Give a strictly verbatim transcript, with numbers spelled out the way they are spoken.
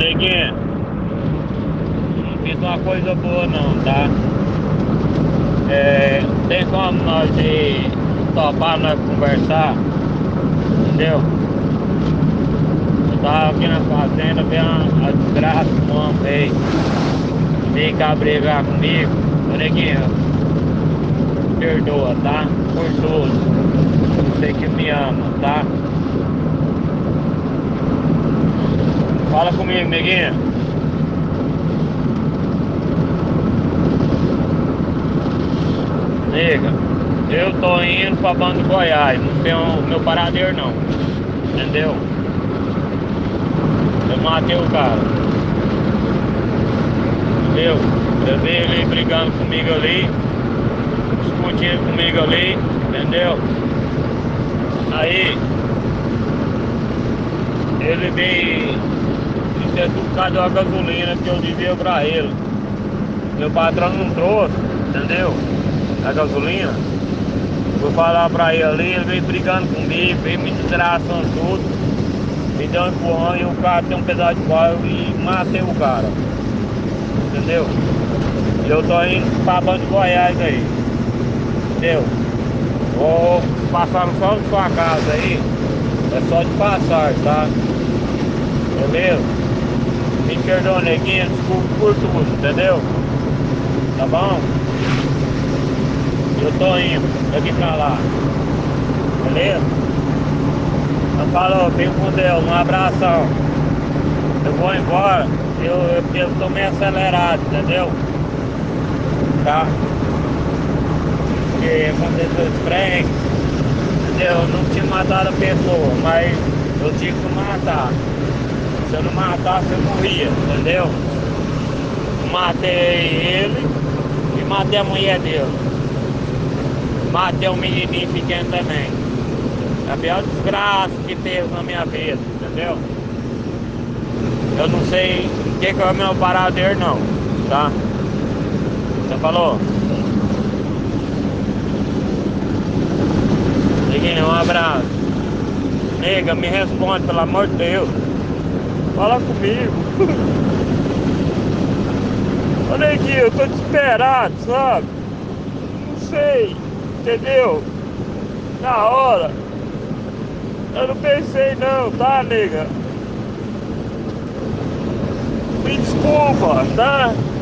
Neguinho, não fiz uma coisa boa não, tá? É, tem como nós de topar, nós conversar, entendeu? Eu tava aqui na fazenda, veio uma, uma desgraça, uma vez, veio cá brigar comigo. Ô Neguinho, perdoa, tá? Por tudo. Sei que me ama, tá? Fala comigo, Neguinho. Nega, eu tô indo pra Banda do Goiás, não tem o meu paradeiro não, entendeu? Eu matei o cara, entendeu? Eu vi ele brigando comigo ali, discutindo comigo ali, entendeu? Aí, ele veio, isso é tudo por causa da gasolina que eu devia pra ele. Meu patrão não trouxe, entendeu? A gasolina. Fui falar pra ele ali, ele veio brigando comigo, veio me desgraçando tudo, me deu um empurrão e o cara tem um pedaço de pau e matei o cara, entendeu? E eu tô indo pra Banda de Goiás aí, entendeu? Vou passar só na sua casa aí, é só de passar, tá? Beleza? Me perdoa, Neguinho, desculpa por tudo, entendeu? Tá bom? Eu tô indo daqui pra lá, beleza? Então falou, fica com Deus, um abração. Eu vou embora, eu, eu, eu tô meio acelerado, entendeu? Tá? Porque aconteceu esse trem, entendeu? Eu não tinha matado a pessoa, mas eu tive que matar. Se eu não matasse, eu morria, entendeu? Matei ele e matei a mulher dele. Matei um menininho pequeno também. É a pior desgraça que teve na minha vida, entendeu? Eu não sei o que que é o meu paradeiro não, tá? Você falou? Neguinho, um abraço. Nega, me responde, pelo amor de Deus. Fala comigo. Ô Neguinho, eu tô desesperado, sabe? Não sei, entendeu? Na hora. Eu não pensei não, tá, nega? Me desculpa, tá?